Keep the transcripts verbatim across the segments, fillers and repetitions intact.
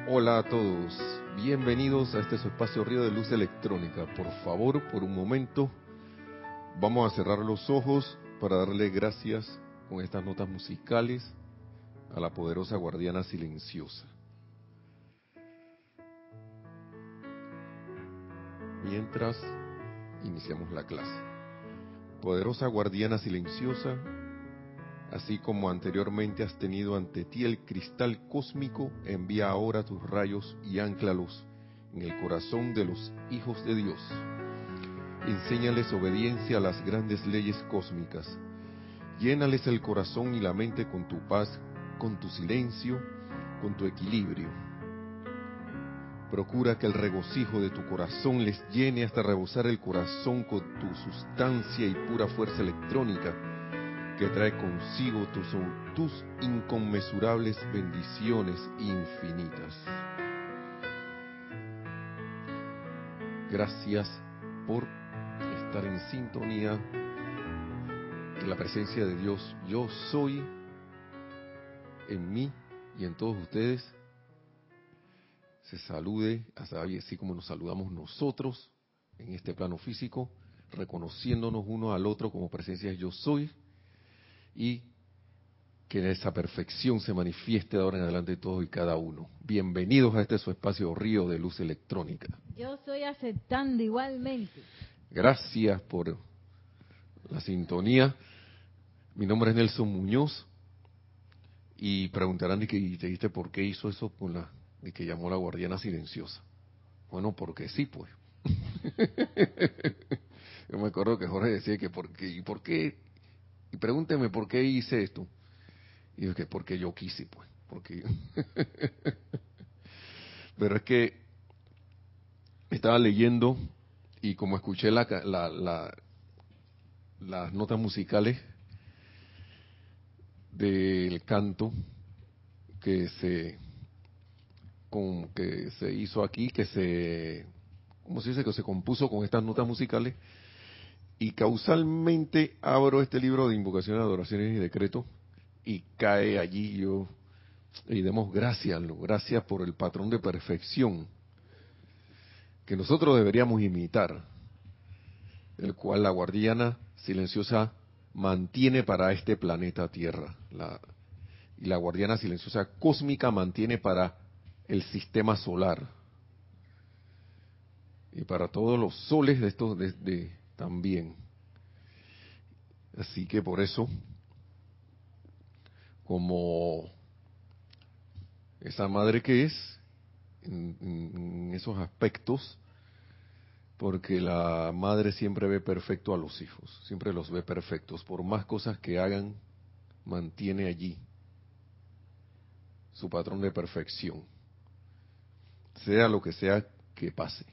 Hola a todos, bienvenidos a este su espacio Río de Luz Electrónica. Por favor, por un momento, vamos a cerrar los ojos para darle gracias con estas notas musicales a la poderosa guardiana silenciosa. Mientras iniciamos la clase. Poderosa guardiana silenciosa, así como anteriormente has tenido ante ti el cristal cósmico, envía ahora tus rayos y ánclalos en el corazón de los hijos de Dios. Enséñales obediencia a las grandes leyes cósmicas. Llénales el corazón y la mente con tu paz, con tu silencio, con tu equilibrio. Procura que el regocijo de tu corazón les llene hasta rebosar el corazón con tu sustancia y pura fuerza electrónica, que trae consigo tus, tus inconmensurables bendiciones infinitas. Gracias por estar en sintonía, que la presencia de Dios, yo soy, en mí y en todos ustedes, se salude, así como nos saludamos nosotros en este plano físico, reconociéndonos uno al otro como presencia de yo soy, y que esa perfección se manifieste de ahora en adelante todos y cada uno. Bienvenidos a este su espacio Río de Luz Electrónica. Yo estoy aceptando igualmente. Gracias por la sintonía. Mi nombre es Nelson Muñoz y preguntarán y que y te dijiste por qué hizo eso con la y que llamó la guardiana silenciosa. Bueno, porque sí, pues. Yo me acuerdo que Jorge decía que por qué y por qué y pregúnteme por qué hice esto. Y es que porque yo quise, pues, porque pero es que estaba leyendo y como escuché la, la, la, las notas musicales del canto que se con, que se hizo aquí, que se, ¿cómo se dice? Que se compuso con estas notas musicales, y causalmente abro este libro de invocaciones, adoraciones y decretos y cae allí yo. Y demos gracias, gracias por el patrón de perfección que nosotros deberíamos imitar, el cual la guardiana silenciosa mantiene para este planeta Tierra. La, y la guardiana silenciosa cósmica mantiene para el sistema solar. Y para todos los soles de estos de, de, también. Así que por eso, como esa madre que es, en, en esos aspectos, porque la madre siempre ve perfecto a los hijos, siempre los ve perfectos, por más cosas que hagan, mantiene allí su patrón de perfección, sea lo que sea que pase.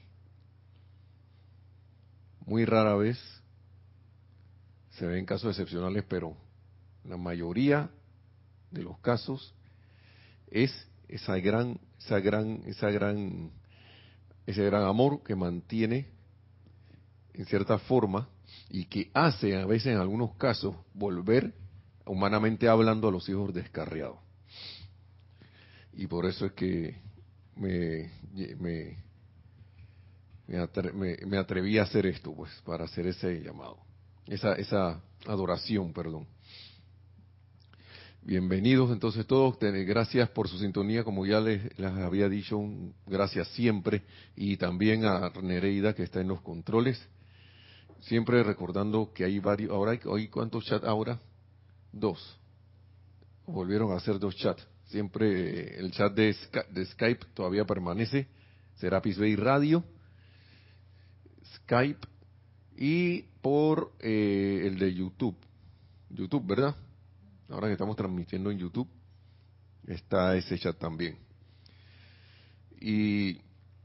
Muy rara vez se ven casos excepcionales, pero la mayoría de los casos es esa gran, esa gran, esa gran, ese gran amor que mantiene en cierta forma y que hace a veces en algunos casos volver humanamente hablando a los hijos descarriados. Y por eso es que me, me, me, atre, me, me atreví a hacer esto, pues, para hacer ese llamado, esa, esa adoración, perdón. Bienvenidos entonces todos, gracias por su sintonía, como ya les, les había dicho, un, gracias siempre, y también a Nereida que está en los controles, siempre recordando que hay varios, ahora hay, hay ¿cuántos chats ahora? Dos, volvieron a hacer dos chats, siempre el chat de, de Skype todavía permanece, Serapis Bay Radio, Skype, y por eh, el de YouTube, YouTube, ¿verdad? Ahora que estamos transmitiendo en YouTube, está ese chat también. Y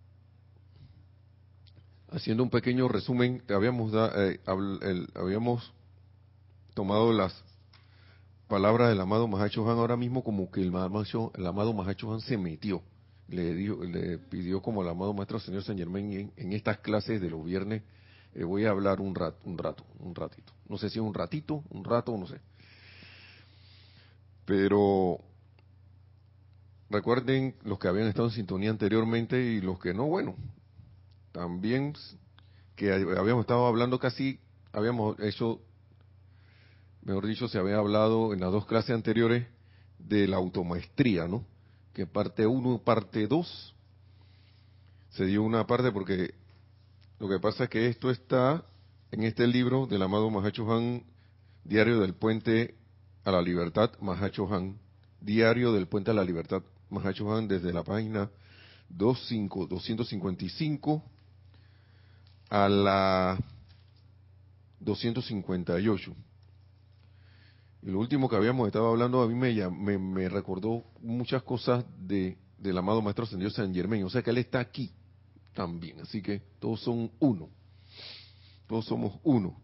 haciendo un pequeño resumen, habíamos, da, eh, habl, el, habíamos tomado las palabras del amado Mahacho Han ahora mismo como que el, Mahacho, el amado Mahacho Han se metió. Le, dijo, le pidió como al amado Maestro Señor Saint Germain en, en estas clases de los viernes, eh, voy a hablar un rato, un rato, un ratito. No sé si es un ratito, un rato, no sé. Pero recuerden los que habían estado en sintonía anteriormente y los que no, bueno, también que habíamos estado hablando casi, habíamos hecho, mejor dicho, se había hablado en las dos clases anteriores de la automaestría, ¿no? Que parte uno, parte dos, se dio una parte porque lo que pasa es que esto está en este libro del amado Mahacho Han, Diario del Puente a la Libertad, Mahacho Han, Diario del Puente a la Libertad, Mahacho Han, desde la página doscientos cincuenta y cinco a la doscientos cincuenta y ocho. Y lo último que habíamos estado hablando a mí me, llam- me, me recordó muchas cosas de del amado Maestro Ascendido San Germain. O sea que él está aquí también. Así que todos son uno. Todos somos uno.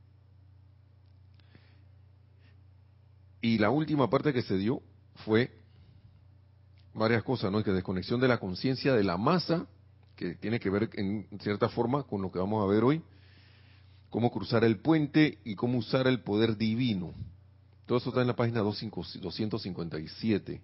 Y la última parte que se dio fue varias cosas, ¿no? Que desconexión de la conciencia de la masa, que tiene que ver en cierta forma con lo que vamos a ver hoy, cómo cruzar el puente y cómo usar el poder divino. Todo eso está en la página doscientos cincuenta y siete.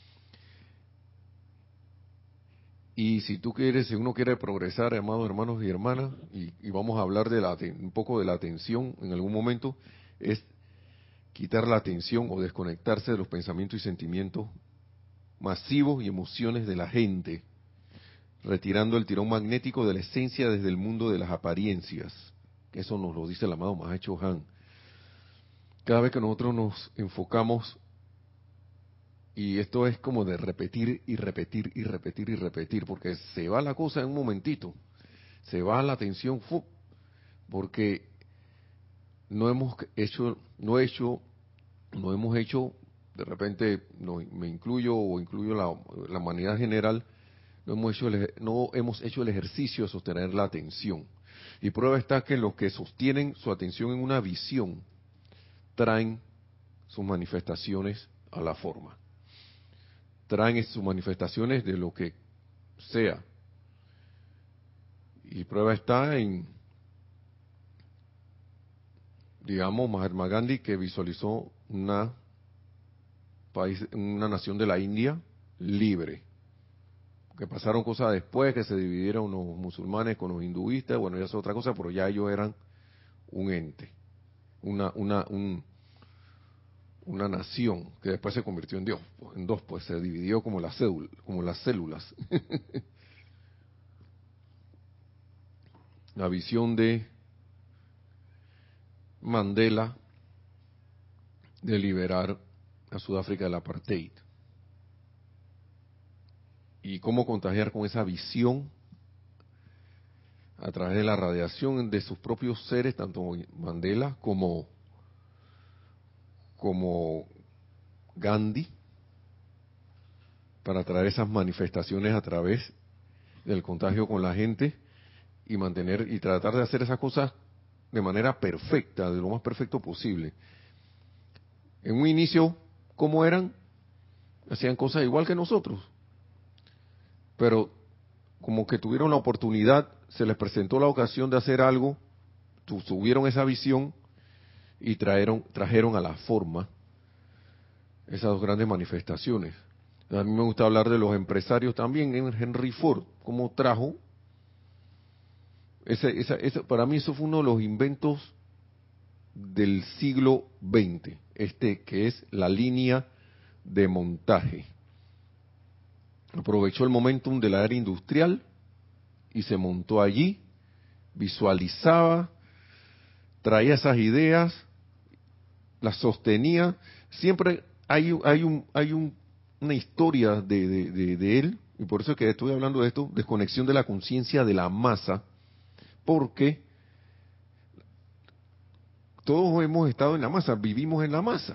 Y si tú quieres, si uno quiere progresar, amados hermanos y hermanas, y, y vamos a hablar de la, un poco de la atención en algún momento, es quitar la atención o desconectarse de los pensamientos y sentimientos masivos y emociones de la gente, retirando el tirón magnético de la esencia desde el mundo de las apariencias. Eso nos lo dice el amado Mahacho Han. Cada vez que nosotros nos enfocamos, y esto es como de repetir y repetir y repetir y repetir, porque se va la cosa en un momentito, se va la atención, ¡fu! Porque no hemos hecho, no he hecho, no hemos hecho, de repente no, me incluyo o incluyo la, la humanidad general, no hemos hecho el, no hemos hecho el ejercicio de sostener la atención. Y prueba está que los que sostienen su atención en una visión traen sus manifestaciones a la forma. Traen sus manifestaciones de lo que sea. Y prueba está en, digamos, Mahatma Gandhi, que visualizó una país, una nación de la India libre. Que pasaron cosas después, que se dividieron los musulmanes con los hinduistas, bueno, ya es otra cosa, pero ya ellos eran un ente, una, una, un, una nación que después se convirtió en Dios, pues, en dos, pues se dividió como las células, como las células. La visión de Mandela de liberar a Sudáfrica del apartheid. Y cómo contagiar con esa visión a través de la radiación de sus propios seres, tanto Mandela como, como Gandhi, para traer esas manifestaciones a través del contagio con la gente y mantener y tratar de hacer esas cosas de manera perfecta, de lo más perfecto posible. En un inicio, ¿cómo eran? Hacían cosas igual que nosotros, pero como que tuvieron la oportunidad, se les presentó la ocasión de hacer algo, tuvieron esa visión y trajeron, trajeron a la forma esas dos grandes manifestaciones. A mí me gusta hablar de los empresarios también, en Henry Ford, cómo trajo, ese, esa, esa, para mí eso fue uno de los inventos del siglo veinte, este que es la línea de montaje. Aprovechó el momentum de la era industrial y se montó allí, visualizaba, traía esas ideas, las sostenía. Siempre hay, hay, un, hay un, una historia de, de, de, de él, y por eso es que estoy hablando de esto, desconexión de la conciencia de la masa, porque todos hemos estado en la masa, vivimos en la masa.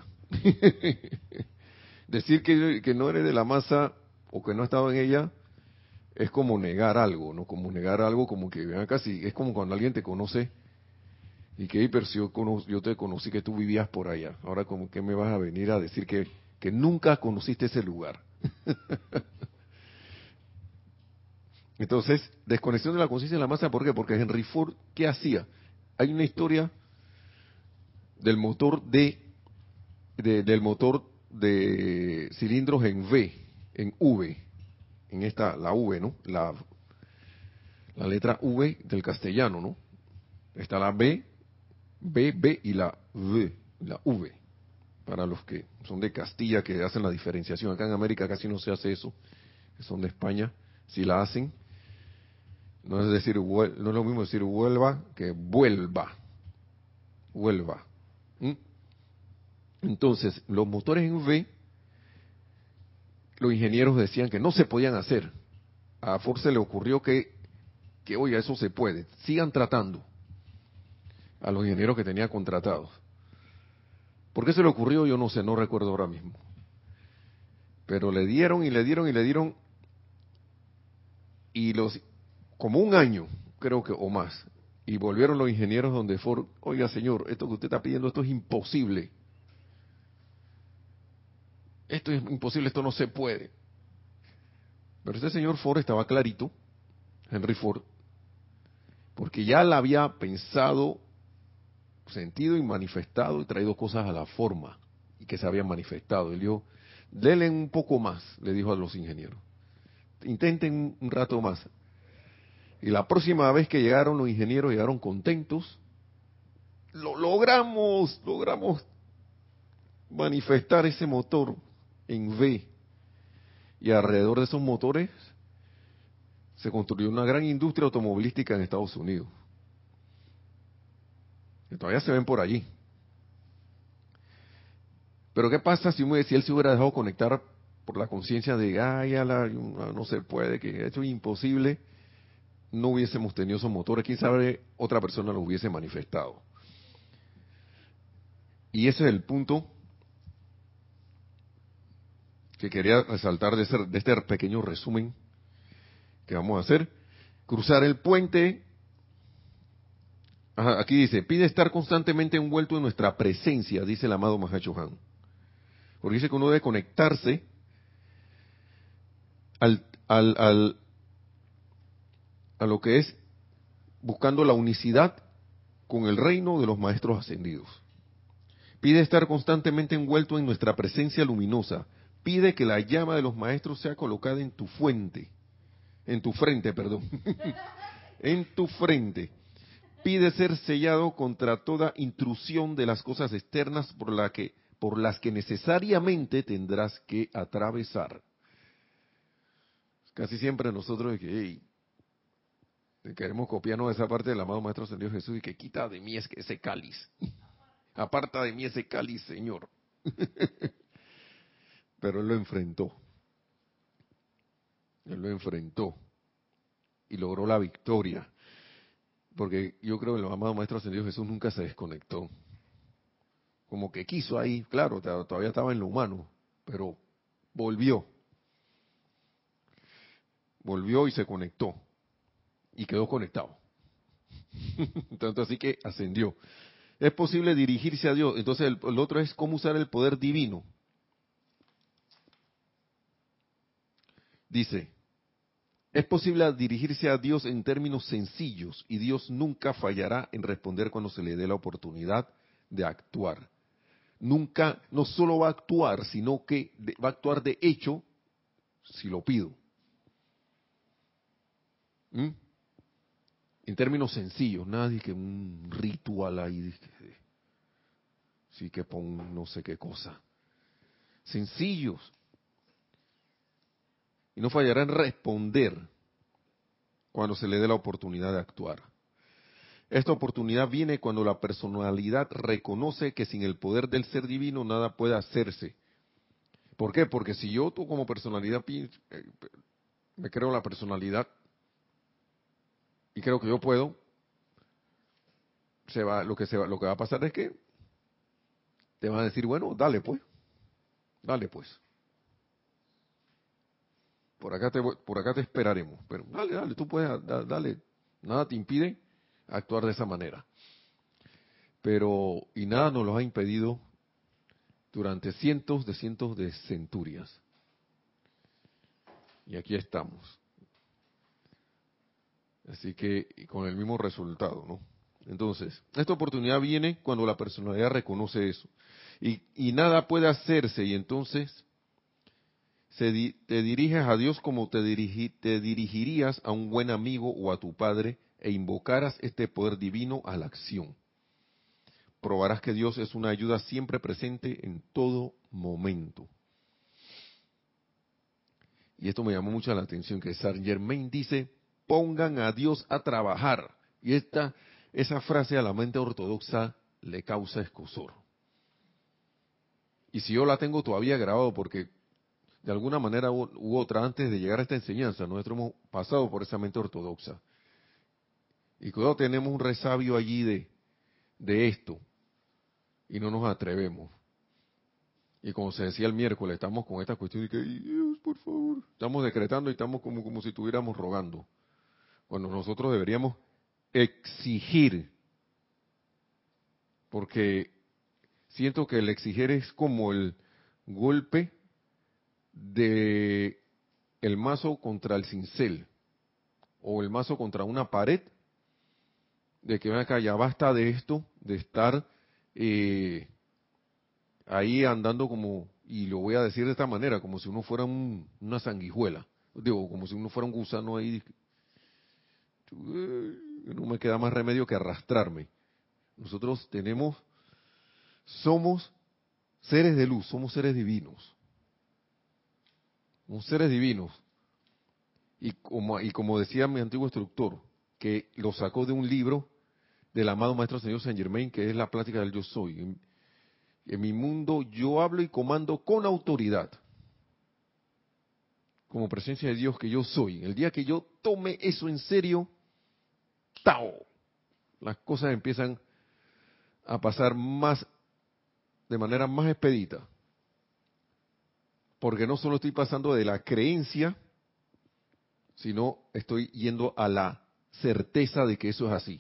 Decir que, que no eres de la masa o que no has estado en ella es como negar algo, ¿no? Como negar algo, como que ven acá, si es como cuando alguien te conoce y que, pero si yo, cono, yo te conocí que tú vivías por allá, ahora como que me vas a venir a decir que, que nunca conociste ese lugar. Entonces, desconexión de la conciencia de la masa, ¿por qué? Porque Henry Ford, ¿qué hacía? Hay una historia del motor de, de del motor de cilindros en V, en V, en esta, la V, ¿no? La, la letra V del castellano, ¿no? Está la B, B, B y la V, la V. Para los que son de Castilla, que hacen la diferenciación. Acá en América casi no se hace eso, que son de España, si la hacen. No es decir, no es lo mismo decir vuelva que vuelva. Vuelva. ¿Mm? Entonces, los motores en V, los ingenieros decían que no se podían hacer. A Ford se le ocurrió que, que oiga, eso se puede. Sigan tratando a los ingenieros que tenía contratados. ¿Por qué se le ocurrió? Yo no sé, no recuerdo ahora mismo. Pero le dieron y le dieron y le dieron y los como un año, creo que o más. Y volvieron los ingenieros donde Ford, oiga señor, esto que usted está pidiendo, esto es imposible. Esto es imposible, esto no se puede. Pero este señor Ford estaba clarito, Henry Ford, porque ya la había pensado, sentido y manifestado y traído cosas a la forma y que se habían manifestado. Él dijo, denle un poco más, le dijo a los ingenieros. Intenten un rato más. Y la próxima vez que llegaron los ingenieros, llegaron contentos. Lo logramos, logramos manifestar ese motor en V. Y alrededor de esos motores se construyó una gran industria automovilística en Estados Unidos. Que todavía se ven por allí. Pero ¿qué pasa si, si él se hubiera dejado conectar por la conciencia de, ay, ya la, no se puede, que esto es imposible? No hubiésemos tenido esos motores. Quién sabe, otra persona los hubiese manifestado. Y ese es el punto que quería resaltar de, ese, de este pequeño resumen que vamos a hacer. Cruzar el puente. Ajá, aquí dice, pide estar constantemente envuelto en nuestra presencia, dice el amado Mahacho Han. Porque dice que uno debe conectarse al, al, al, a lo que es buscando la unicidad con el reino de los maestros ascendidos. Pide estar constantemente envuelto en nuestra presencia luminosa. Pide que la llama de los maestros sea colocada en tu fuente, en tu frente, perdón, en tu frente. Pide ser sellado contra toda intrusión de las cosas externas por, la que, por las que necesariamente tendrás que atravesar. Casi siempre nosotros de que, hey, queremos copiarnos de esa parte del amado Maestro Ascendido Jesús y que quita de mí ese cáliz. Aparta de mí ese cáliz, Señor. Pero él lo enfrentó. Él lo enfrentó. Y logró la victoria. Porque yo creo que el amado Maestro Ascendido Jesús nunca se desconectó. Como que quiso ahí, claro, todavía estaba en lo humano, pero volvió. Volvió y se conectó. Y quedó conectado. Tanto así que ascendió. Es posible dirigirse a Dios. Entonces el, el otro es cómo usar el poder divino. Dice, es posible dirigirse a Dios en términos sencillos y Dios nunca fallará en responder cuando se le dé la oportunidad de actuar. Nunca, no solo va a actuar, sino que de, va a actuar de hecho si lo pido. ¿Mm? En términos sencillos, nada de que un ritual ahí, sí que pon no sé qué cosa. Sencillos. Y no fallará en responder cuando se le dé la oportunidad de actuar. Esta oportunidad viene cuando la personalidad reconoce que sin el poder del ser divino nada puede hacerse. ¿Por qué? Porque si yo tú como personalidad me creo la personalidad y creo que yo puedo, se va, lo que se va, lo que va a pasar es que te van a decir, bueno, dale pues, dale pues. Por acá te por acá te esperaremos, pero dale, dale, tú puedes, dale, nada te impide actuar de esa manera. Pero, y nada nos lo ha impedido durante cientos de cientos de centurias. Y aquí estamos. Así que, y con el mismo resultado, ¿no? Entonces, esta oportunidad viene cuando la personalidad reconoce eso. Y, y nada puede hacerse, y entonces se di, te diriges a Dios como te, dirigi, te dirigirías a un buen amigo o a tu padre e invocaras este poder divino a la acción. Probarás que Dios es una ayuda siempre presente en todo momento. Y esto me llamó mucho la atención, que Saint Germain dice, pongan a Dios a trabajar. Y esta, esa frase a la mente ortodoxa le causa escozor. Y si yo la tengo todavía grabado, porque de alguna manera u, u otra, antes de llegar a esta enseñanza, nosotros hemos pasado por esa mente ortodoxa. Y cuando tenemos un resabio allí de, de esto, y no nos atrevemos. Y como se decía el miércoles, estamos con esta cuestión de que, Dios, por favor, estamos decretando y estamos como, como si estuviéramos rogando. Bueno, nosotros deberíamos exigir, porque siento que el exigir es como el golpe de el mazo contra el cincel, o el mazo contra una pared, de que ven acá, ya basta de esto, de estar eh, ahí andando como, y lo voy a decir de esta manera, como si uno fuera un, una sanguijuela, digo, como si uno fuera un gusano ahí, no me queda más remedio que arrastrarme. Nosotros tenemos, somos seres de luz, somos seres divinos, somos seres divinos, y como, y como decía mi antiguo instructor, que lo sacó de un libro del amado Maestro Señor Saint Germain, que es la plática del Yo Soy. En, en mi mundo yo hablo y comando con autoridad, como presencia de Dios que yo soy. El día que yo tome eso en serio, ¡tao!, las cosas empiezan a pasar más, de manera más expedita. Porque no solo estoy pasando de la creencia, sino estoy yendo a la certeza de que eso es así.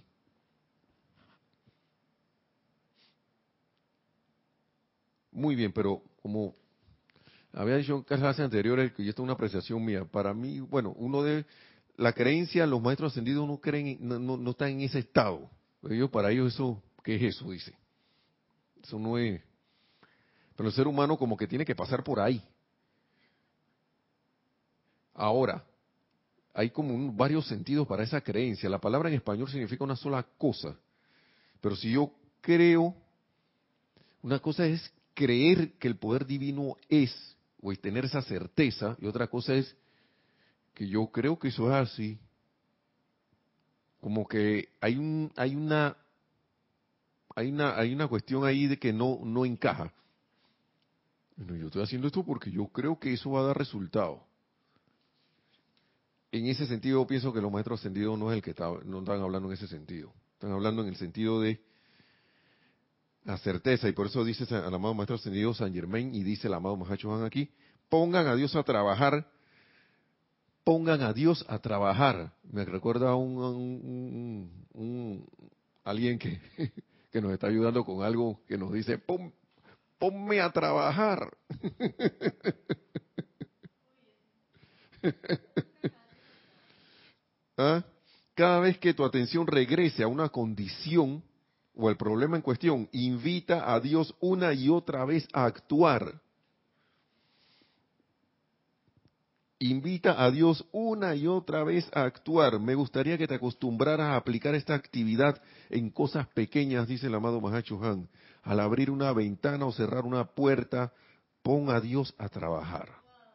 Muy bien, pero como había dicho en clases anteriores, que esto es una apreciación mía, para mí, bueno, uno de la creencia, los maestros ascendidos no creen, no, no, no están en ese estado. Ellos, para ellos eso, ¿qué es eso? Dice. Eso no es. Pero el ser humano como que tiene que pasar por ahí. Ahora, hay como un, varios sentidos para esa creencia. La palabra en español significa una sola cosa. Pero si yo creo, una cosa es creer que el poder divino es, o es tener esa certeza, y otra cosa es que yo creo que eso es así. Como que hay un, hay una, hay una, hay una cuestión ahí de que no, no encaja. Bueno, yo estoy haciendo esto porque yo creo que eso va a dar resultado. En ese sentido, pienso que los maestros ascendidos no es el que está, no están hablando en ese sentido. Están hablando en el sentido de la certeza, y por eso dice el amado maestro ascendido Saint Germain, y dice el amado Mahacho Han aquí, pongan a Dios a trabajar, pongan a Dios a trabajar. Me recuerda a un, un, un, un alguien que, que nos está ayudando con algo que nos dice, Pon, ponme a trabajar. ¿Ah? Cada vez que tu atención regrese a una condición o el problema en cuestión, invita a Dios una y otra vez a actuar. Invita a Dios una y otra vez a actuar. Me gustaría que te acostumbraras a aplicar esta actividad en cosas pequeñas, dice el amado Mahacho Han. Al abrir una ventana o cerrar una puerta, pon a Dios a trabajar.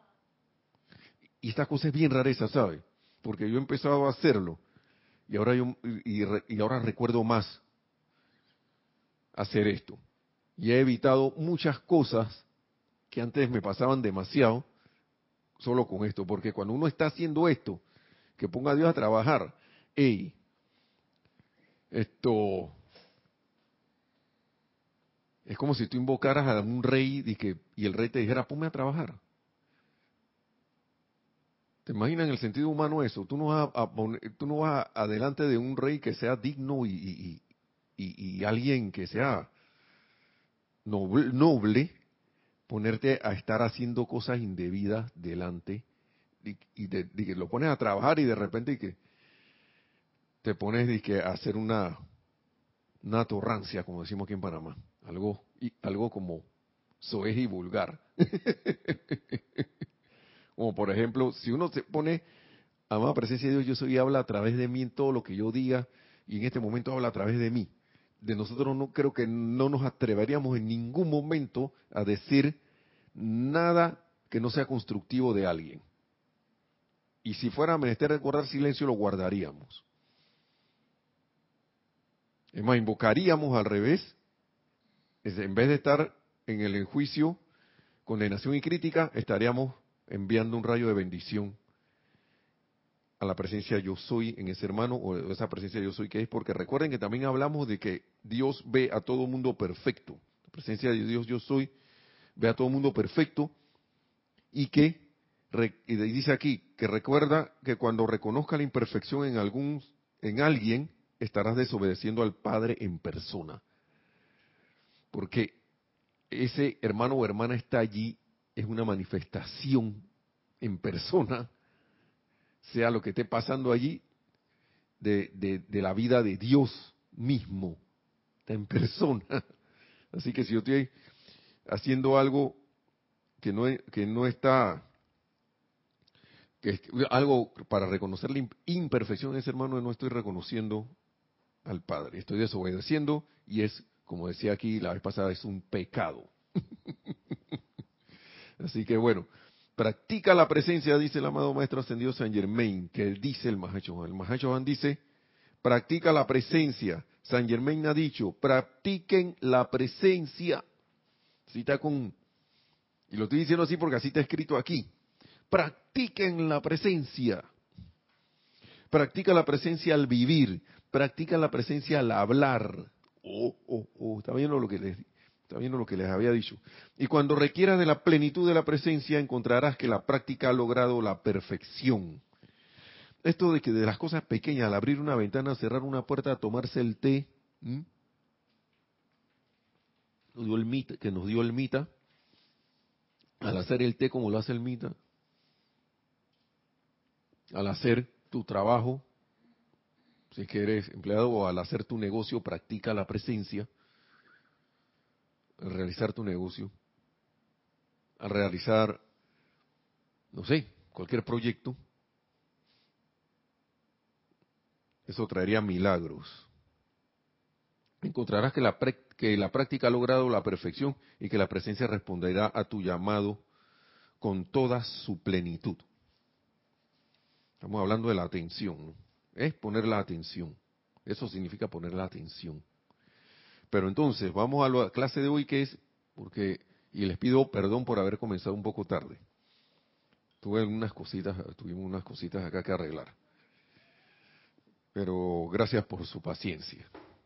Y esta cosa es bien rareza, ¿sabe? Porque yo he empezado a hacerlo y ahora yo y, y ahora recuerdo más hacer esto. Y he evitado muchas cosas que antes me pasaban demasiado solo con esto, porque cuando uno está haciendo esto, que ponga a Dios a trabajar, hey, esto es como si tú invocaras a un rey y, que, y el rey te dijera, ponme a trabajar. ¿Te imaginas en el sentido humano eso? Tú no vas, a, a poner, tú no vas a, adelante de un rey que sea digno y, y, y, y alguien que sea noble, noble, ponerte a estar haciendo cosas indebidas delante y, y, te, y que lo pones a trabajar y de repente y que te pones y que a hacer una, una torrancia, como decimos aquí en Panamá, algo, y, algo como soez y vulgar. Como por ejemplo, si uno se pone, amada presencia de Dios, yo soy y habla a través de mí en todo lo que yo diga, y en este momento habla a través de mí. De nosotros no creo que no nos atreveríamos en ningún momento a decir nada que no sea constructivo de alguien. Y si fuera menester guardar silencio, lo guardaríamos. Es más, invocaríamos al revés, en vez de estar en el juicio, condenación y crítica, estaríamos enviando un rayo de bendición a la presencia yo soy en ese hermano, o esa presencia yo soy que es, porque recuerden que también hablamos de que Dios ve a todo mundo perfecto. La presencia de Dios yo soy ve a todo mundo perfecto, y que, y dice aquí, que recuerda que cuando reconozca la imperfección en algún, en alguien, estarás desobedeciendo al Padre en persona. Porque ese hermano o hermana está allí, es una manifestación en persona, sea lo que esté pasando allí, de, de, de la vida de Dios mismo, está en persona. Así que si yo estoy haciendo algo que no, que no está, que es algo para reconocer la imperfección de ese hermano, no estoy reconociendo al Padre, estoy desobedeciendo, y es, como decía aquí la vez pasada, es un pecado. Así que bueno, practica la presencia, dice el amado Maestro Ascendido Saint Germain, que dice el Mahacho Han. El Mahacho Han dice, practica la presencia. Saint Germain ha dicho, practiquen la presencia. Cita con, y lo estoy diciendo así porque así está escrito aquí. Practiquen la presencia. Practica la presencia al vivir. Practica la presencia al hablar. Oh, oh, oh, está viendo lo que les, está viendo lo que les había dicho. Y cuando requieras de la plenitud de la presencia, encontrarás que la práctica ha logrado la perfección. Esto de que de las cosas pequeñas, al abrir una ventana, cerrar una puerta, tomarse el té, ¿m? Nos dio el mita, que nos dio el Mita, al hacer el té como lo hace el Mita, al hacer tu trabajo, si es que eres empleado, o al hacer tu negocio, practica la presencia, al realizar tu negocio, al realizar, no sé, cualquier proyecto, eso traería milagros. Encontrarás que la, que la práctica ha logrado la perfección y que la presencia responderá a tu llamado con toda su plenitud. Estamos hablando de la atención, ¿no? Es poner la atención. Eso significa poner la atención. Pero entonces, vamos a la clase de hoy, que es, porque, y les pido perdón por haber comenzado un poco tarde. Tuve unas cositas, tuvimos unas cositas acá que arreglar. Pero gracias por su paciencia.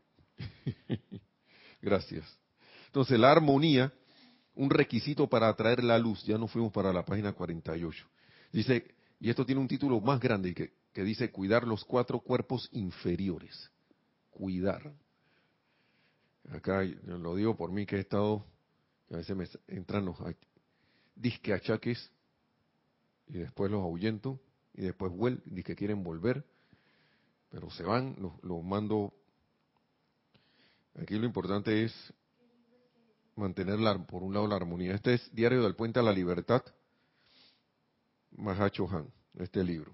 Gracias. Entonces, la armonía, un requisito para atraer la luz. Ya nos fuimos para la página cuarenta y ocho. Dice, y esto tiene un título más grande que, que dice cuidar los cuatro cuerpos inferiores. Cuidar. Acá yo lo digo por mí que he estado, a veces me entran los disque achaques y después los ahuyento y después vuelven, disque quieren volver, pero se van, los, los mando. Aquí lo importante es mantener la, por un lado la armonía. Este es Diario del Puente a la Libertad, Mahacho Han, este libro.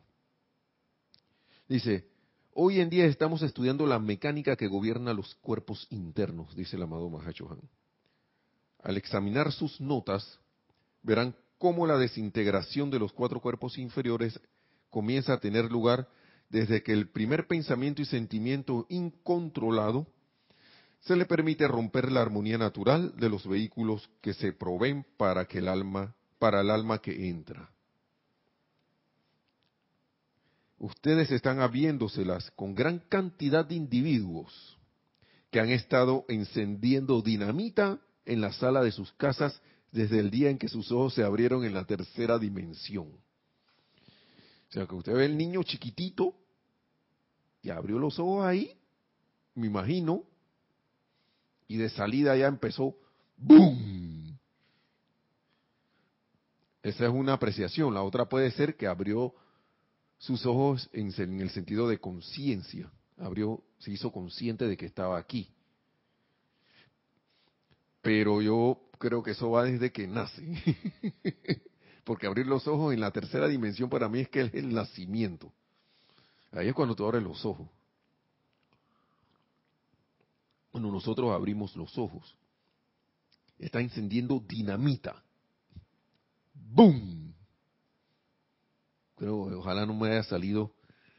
Dice, hoy en día estamos estudiando la mecánica que gobierna los cuerpos internos, dice el amado Mahacho Han. Al examinar sus notas, verán cómo la desintegración de los cuatro cuerpos inferiores comienza a tener lugar desde que el primer pensamiento y sentimiento incontrolado se le permite romper la armonía natural de los vehículos que se proveen para que el alma, para el alma que entra. Ustedes están habiéndoselas con gran cantidad de individuos que han estado encendiendo dinamita en la sala de sus casas desde el día en que sus ojos se abrieron en la tercera dimensión. O sea, que usted ve el niño chiquitito y abrió los ojos ahí, me imagino, y de salida ya empezó ¡boom! Esa es una apreciación. La otra puede ser que abrió sus ojos en, en el sentido de conciencia. Abrió, se hizo consciente de que estaba aquí. Pero yo creo que eso va desde que nace. Porque abrir los ojos en la tercera dimensión para mí es que es el nacimiento. Ahí es cuando tú abres los ojos. Cuando nosotros abrimos los ojos, está encendiendo dinamita. ¡Bum! Creo, ojalá no me haya salido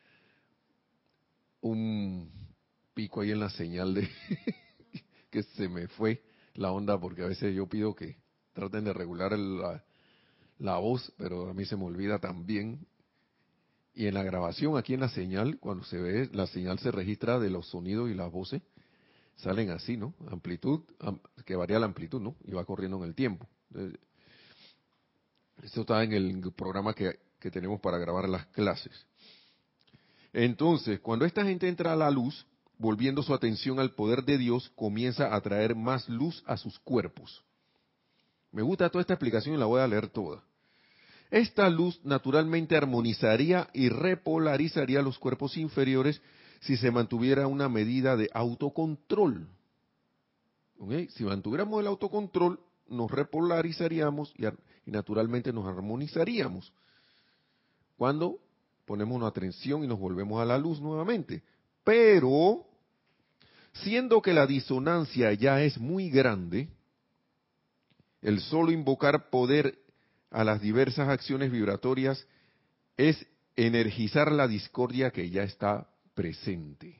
un pico ahí en la señal de que se me fue la onda, porque a veces yo pido que traten de regular el, la, la voz, pero a mí se me olvida también. Y en la grabación, aquí en la señal, cuando se ve, la señal se registra de los sonidos y las voces, salen así, ¿no? Amplitud, am, que varía la amplitud, ¿no? Y va corriendo en el tiempo. Entonces, esto está en el programa que, que tenemos para grabar las clases. Entonces, cuando esta gente entra a la luz, volviendo su atención al poder de Dios, comienza a traer más luz a sus cuerpos. Me gusta toda esta explicación y la voy a leer toda. Esta luz naturalmente armonizaría y repolarizaría los cuerpos inferiores si se mantuviera una medida de autocontrol. ¿Okay? Si mantuviéramos el autocontrol, nos repolarizaríamos y, y naturalmente nos armonizaríamos. Cuando ponemos una atención y nos volvemos a la luz nuevamente. Pero, siendo que la disonancia ya es muy grande, el solo invocar poder a las diversas acciones vibratorias es energizar la discordia que ya está presente.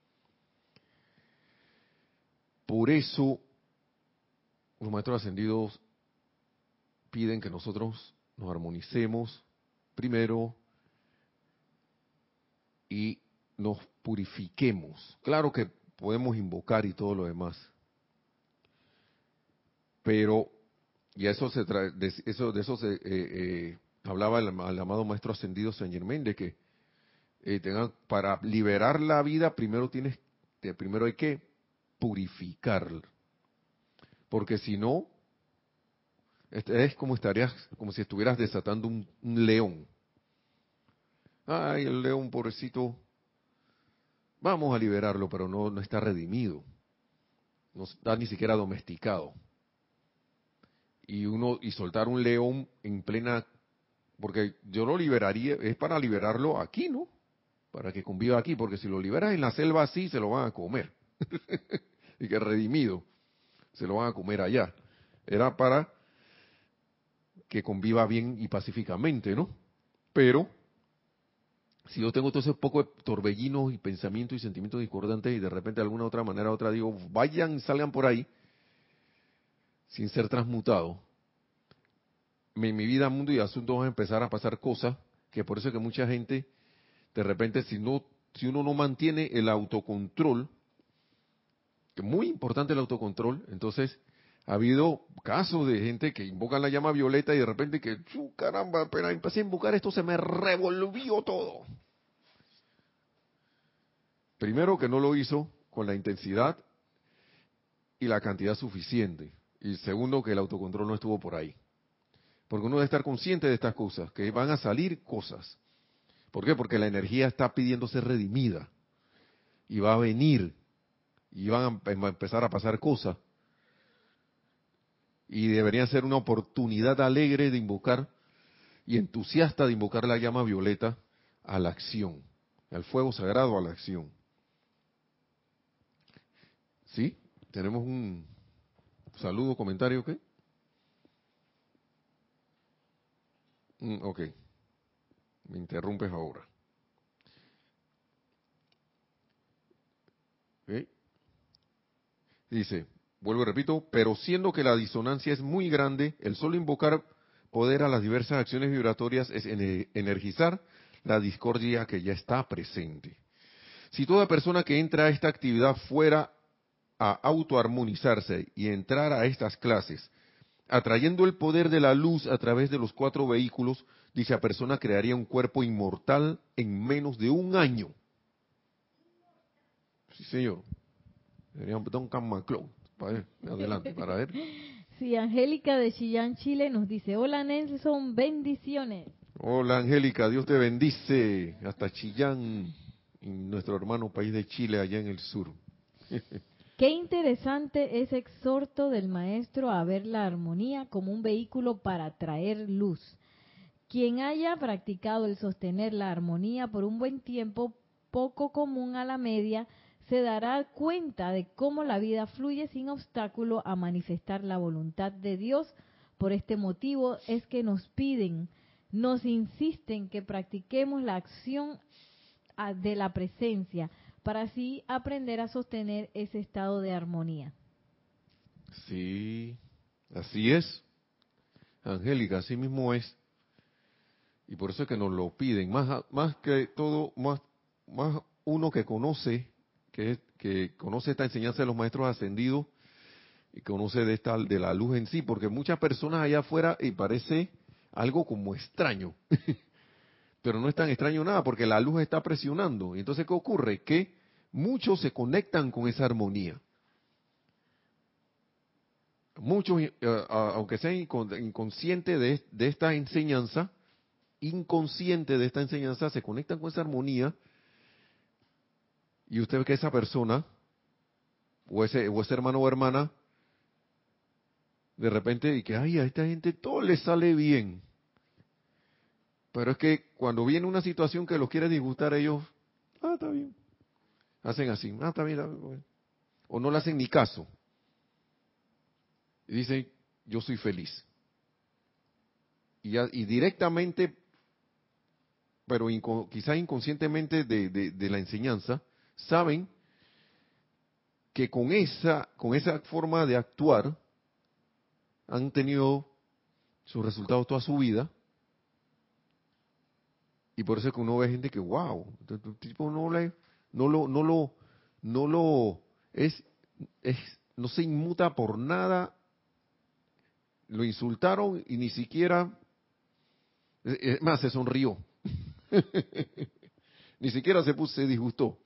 Por eso, los maestros ascendidos piden que nosotros nos armonicemos primero y nos purifiquemos. Claro que podemos invocar y todo lo demás, pero y eso se trae, de eso de eso se eh, eh, hablaba el, el amado maestro ascendido Saint Germain, de que eh, tengan, para liberar la vida primero tienes de, primero hay que purificar, porque si no es como estarías como si estuvieras desatando un, un león. Ay, el león pobrecito, vamos a liberarlo, pero no no está redimido, no está ni siquiera domesticado. Y uno y soltar un león en plena, porque yo lo liberaría es para liberarlo aquí, ¿no? Para que conviva aquí, porque si lo liberas en la selva así se lo van a comer. Y que redimido se lo van a comer allá. Era para que conviva bien y pacíficamente, ¿no? Pero si yo tengo todo ese poco de torbellinos y pensamientos y sentimientos discordantes y de repente de alguna otra manera otra digo, vayan, salgan por ahí sin ser transmutado, en mi vida, mundo y asuntos van a empezar a pasar cosas que por eso es que mucha gente, de repente, si no, si uno no mantiene el autocontrol, que es muy importante el autocontrol, entonces ha habido casos de gente que invocan la llama violeta y de repente que, ¡chu, caramba! Apenas empecé a invocar esto, se me revolvió todo. Primero que no lo hizo con la intensidad y la cantidad suficiente. Y segundo que el autocontrol no estuvo por ahí. Porque uno debe estar consciente de estas cosas, que van a salir cosas. ¿Por qué? Porque la energía está pidiendo ser redimida. Y va a venir. Y van a empezar a pasar cosas. Y debería ser una oportunidad alegre de invocar y entusiasta de invocar la llama violeta a la acción. Al fuego sagrado a la acción. ¿Sí? Tenemos un saludo, comentario, ¿qué? Mm, ok. Me interrumpes ahora. ¿Ok? Dice, vuelvo y repito, pero siendo que la disonancia es muy grande, el solo invocar poder a las diversas acciones vibratorias es energizar la discordia que ya está presente. Si toda persona que entra a esta actividad fuera a autoarmonizarse y entrar a estas clases, atrayendo el poder de la luz a través de los cuatro vehículos, dicha persona crearía un cuerpo inmortal en menos de un año. Sí, señor. Sería un Duncan McCloud. Para ver, adelante, para ver. Sí, Angélica de Chillán, Chile nos dice, hola Nelson, bendiciones. Hola Angélica, Dios te bendice. Hasta Chillán, en nuestro hermano país de Chile, allá en el sur. Qué interesante ese exhorto del maestro a ver la armonía como un vehículo para traer luz. Quien haya practicado el sostener la armonía por un buen tiempo, poco común a la media, se dará cuenta de cómo la vida fluye sin obstáculo a manifestar la voluntad de Dios. Por este motivo es que nos piden, nos insisten que practiquemos la acción de la presencia, para así aprender a sostener ese estado de armonía. Sí, así es, Angélica, así mismo es. Y por eso es que nos lo piden, más, más que todo, más, más uno que conoce, que, que conoce esta enseñanza de los maestros ascendidos y conoce de esta de la luz en sí, porque muchas personas allá afuera y parece algo como extraño, pero no es tan extraño nada, porque la luz está presionando. Y entonces, ¿qué ocurre? Que muchos se conectan con esa armonía. Muchos, eh, aunque sean inconscientes de, de esta enseñanza, inconsciente de esta enseñanza, se conectan con esa armonía, y usted ve que esa persona, o ese, o ese hermano o hermana, de repente, y que, ay, a esta gente todo le sale bien. Pero es que cuando viene una situación que los quiere disgustar, ellos, ah, está bien. Hacen así, ah, está bien, está bien. O no le hacen ni caso. Y dicen, yo soy feliz. Y, ya, y directamente, pero inco, quizás inconscientemente de, de, de la enseñanza, saben que con esa, con esa forma de actuar han tenido sus resultados toda su vida, y por eso es que uno ve gente que, wow, este tipo no le, no lo, no lo, no lo, es, es, no se inmuta por nada, lo insultaron y ni siquiera, es más, se sonrió, ni siquiera se puso, se disgustó.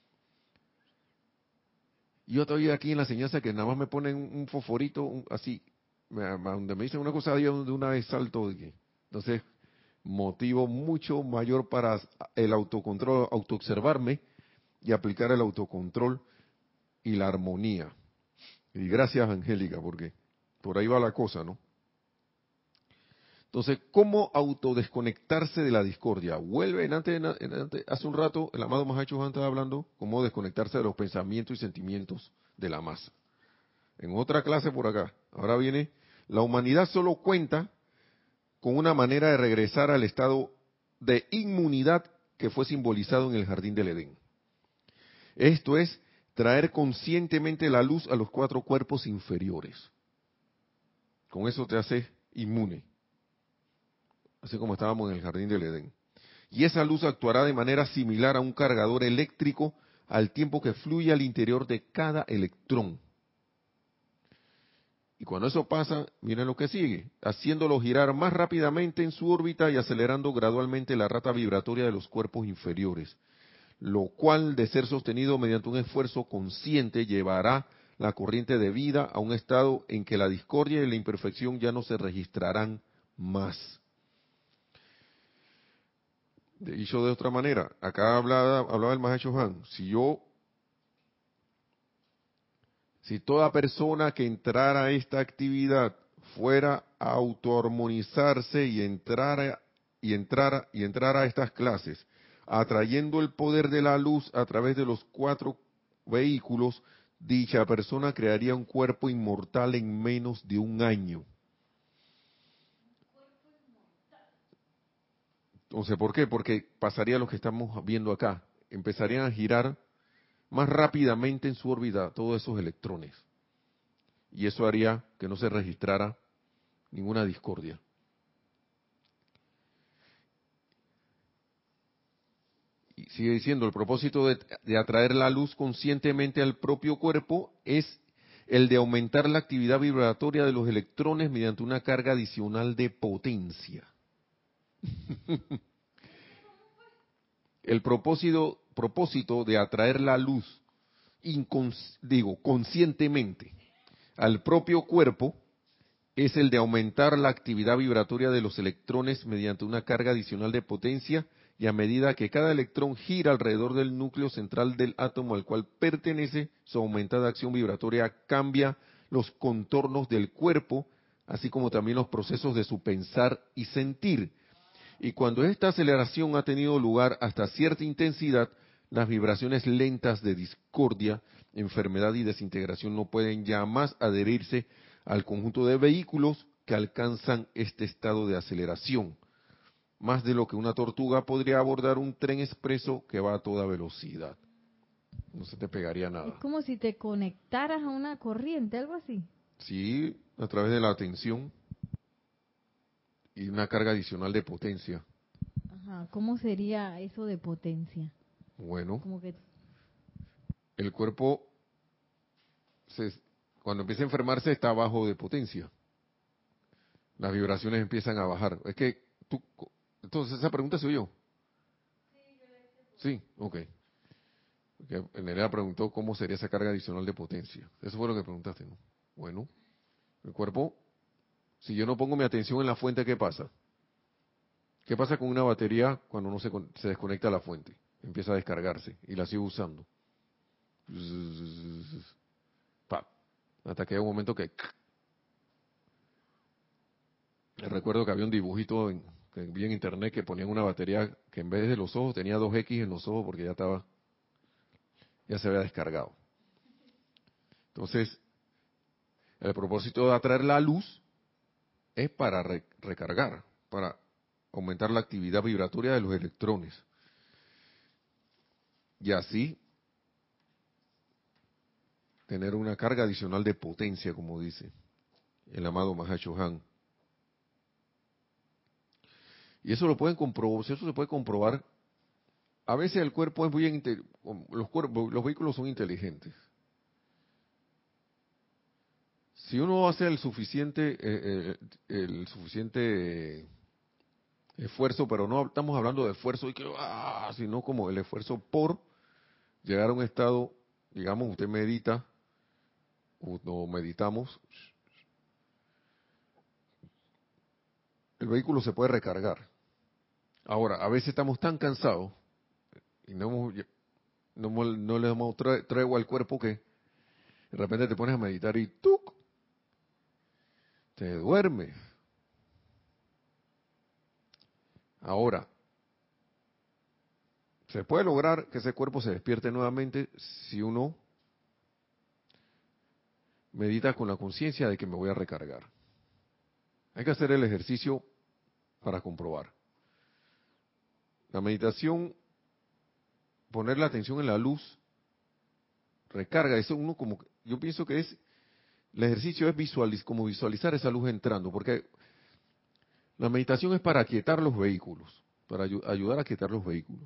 Y yo estoy aquí en la enseñanza que nada más me ponen un fosforito, un, así, me, donde me dicen una cosa, yo de una vez salto. Entonces, motivo mucho mayor para el autocontrol, autoobservarme y aplicar el autocontrol y la armonía. Y gracias, Angélica, porque por ahí va la cosa, ¿no? Entonces, ¿cómo autodesconectarse de la discordia? Vuelve, en antes, en antes, hace un rato, el amado Mahacho Han estaba hablando cómo desconectarse de los pensamientos y sentimientos de la masa. En otra clase por acá. Ahora viene, la humanidad solo cuenta con una manera de regresar al estado de inmunidad que fue simbolizado en el jardín del Edén. Esto es, traer conscientemente la luz a los cuatro cuerpos inferiores. Con eso te hace inmune. Así como estábamos en el jardín del Edén. Y esa luz actuará de manera similar a un cargador eléctrico al tiempo que fluye al interior de cada electrón. Y cuando eso pasa, miren lo que sigue, haciéndolo girar más rápidamente en su órbita y acelerando gradualmente la rata vibratoria de los cuerpos inferiores, lo cual, de ser sostenido mediante un esfuerzo consciente, llevará la corriente de vida a un estado en que la discordia y la imperfección ya no se registrarán más. Dicho de otra manera, acá hablaba, hablaba el Mahacho Han, si yo, si toda persona que entrara a esta actividad fuera a autoarmonizarse y entrara y entrara y entrara a estas clases, atrayendo el poder de la luz a través de los cuatro vehículos, dicha persona crearía un cuerpo inmortal en menos de un año. Entonces, ¿por qué? Porque pasaría lo que estamos viendo acá. Empezarían a girar más rápidamente en su órbita todos esos electrones. Y eso haría que no se registrara ninguna discordia. Y sigue diciendo, el propósito de, de atraer la luz conscientemente al propio cuerpo es el de aumentar la actividad vibratoria de los electrones mediante una carga adicional de potencia. El propósito, propósito de atraer la luz, incons, digo, conscientemente al propio cuerpo es el de aumentar la actividad vibratoria de los electrones mediante una carga adicional de potencia, y a medida que cada electrón gira alrededor del núcleo central del átomo al cual pertenece, su aumentada acción vibratoria cambia los contornos del cuerpo, así como también los procesos de su pensar y sentir. Y cuando esta aceleración ha tenido lugar hasta cierta intensidad, las vibraciones lentas de discordia, enfermedad y desintegración no pueden ya más adherirse al conjunto de vehículos que alcanzan este estado de aceleración, más de lo que una tortuga podría abordar un tren expreso que va a toda velocidad. No se te pegaría Es nada. como si te conectaras a una corriente, algo así. Sí, a través de la atención y una carga adicional de potencia. Ajá, ¿cómo sería eso de potencia? Bueno, Como que, el cuerpo, se, cuando empieza a enfermarse, está bajo de potencia. Las vibraciones empiezan a bajar. Es que tú, entonces esa pregunta soy yo. Sí, ok. Porque Nerea preguntó cómo sería esa carga adicional de potencia. Eso fue lo que preguntaste, ¿no? Bueno, el cuerpo, si yo no pongo mi atención en la fuente, ¿qué pasa? ¿Qué pasa con una batería cuando no se, se desconecta la fuente? Empieza a descargarse y la sigo usando. Pa, hasta que hay un momento que... Recuerdo que había un dibujito en, que vi en internet que ponían una batería que en vez de los ojos tenía dos equis en los ojos porque ya estaba, ya se había descargado. Entonces, el propósito de atraer la luz es para re- recargar, para aumentar la actividad vibratoria de los electrones. Y así tener una carga adicional de potencia, como dice el amado Mahacho Han. Y eso lo pueden comprobar, eso se puede comprobar. A veces el cuerpo es muy inte- los cuerpos, los vehículos son inteligentes. Si uno hace el suficiente, eh, eh, el suficiente esfuerzo, pero no estamos hablando de esfuerzo y que, ah, sino como el esfuerzo por llegar a un estado, digamos, usted medita, o meditamos, el vehículo se puede recargar. Ahora, a veces estamos tan cansados y no, hemos, no, hemos- no le damos tre- tregua al cuerpo que de repente te pones a meditar y ¡tuc! Te duermes. Ahora, se puede lograr que ese cuerpo se despierte nuevamente si uno medita con la conciencia de que me voy a recargar. Hay que hacer el ejercicio para comprobar. La meditación, poner la atención en la luz, recarga. Eso uno como, yo pienso que es, el ejercicio es visualiz, como visualizar esa luz entrando, porque la meditación es para aquietar los vehículos, para ayu- ayudar a aquietar los vehículos.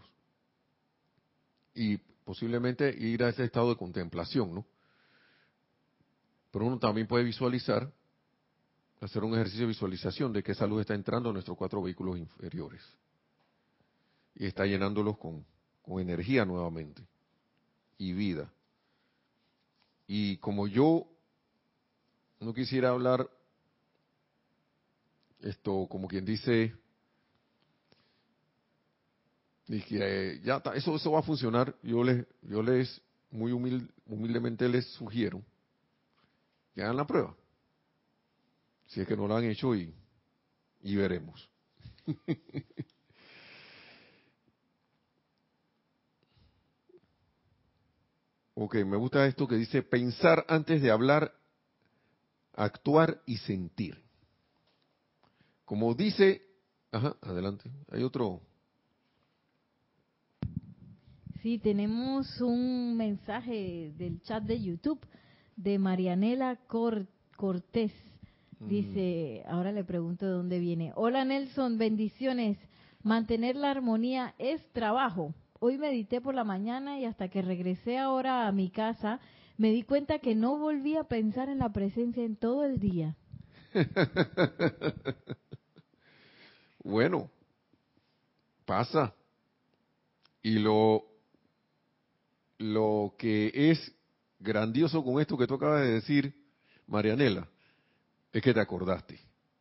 Y posiblemente ir a ese estado de contemplación, ¿no? Pero uno también puede visualizar, hacer un ejercicio de visualización de que esa luz está entrando a nuestros cuatro vehículos inferiores. Y está llenándolos con, con energía nuevamente y vida. Y como yo no quisiera hablar esto, como quien dice, y que eh, ya está, eso, eso va a funcionar, yo les, yo les muy humilde, humildemente les sugiero que hagan la prueba. Si es que no lo han hecho y, y veremos. Ok, me gusta esto que dice pensar antes de hablar, actuar y sentir. Como dice, ajá, adelante, hay otro. sí, tenemos un mensaje del chat de YouTube de Marianela Cor- Cortés. Mm, Dice, ahora le pregunto de dónde viene. Hola Nelson, bendiciones. Mantener la armonía es trabajo. Hoy medité por la mañana y hasta que regresé ahora a mi casa, me di cuenta que no volví a pensar en la presencia en todo el día. bueno, pasa. Y lo, lo que es grandioso con esto que tú acabas de decir, Marianela, es que te acordaste.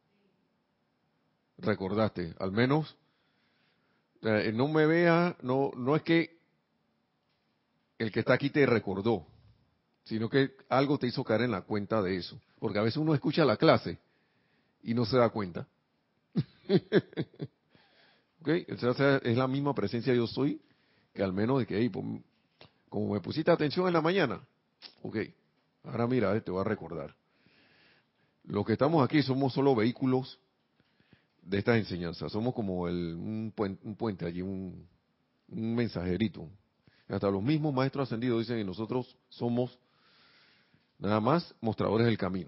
Recordaste, al menos, eh, no me vea, no, no es que el que está aquí te recordó, sino que algo te hizo caer en la cuenta de eso. Porque a veces uno escucha la clase y no se da cuenta. ¿Ok? O sea, es la misma presencia yo soy, que al menos de que, hey, pues, como me pusiste atención en la mañana, ok, ahora mira, eh, te voy a recordar. Los que estamos aquí somos solo vehículos de estas enseñanzas. Somos como el, un, puente, un puente allí, un, un mensajerito. Hasta los mismos maestros ascendidos dicen que nosotros somos nada más mostradores del camino.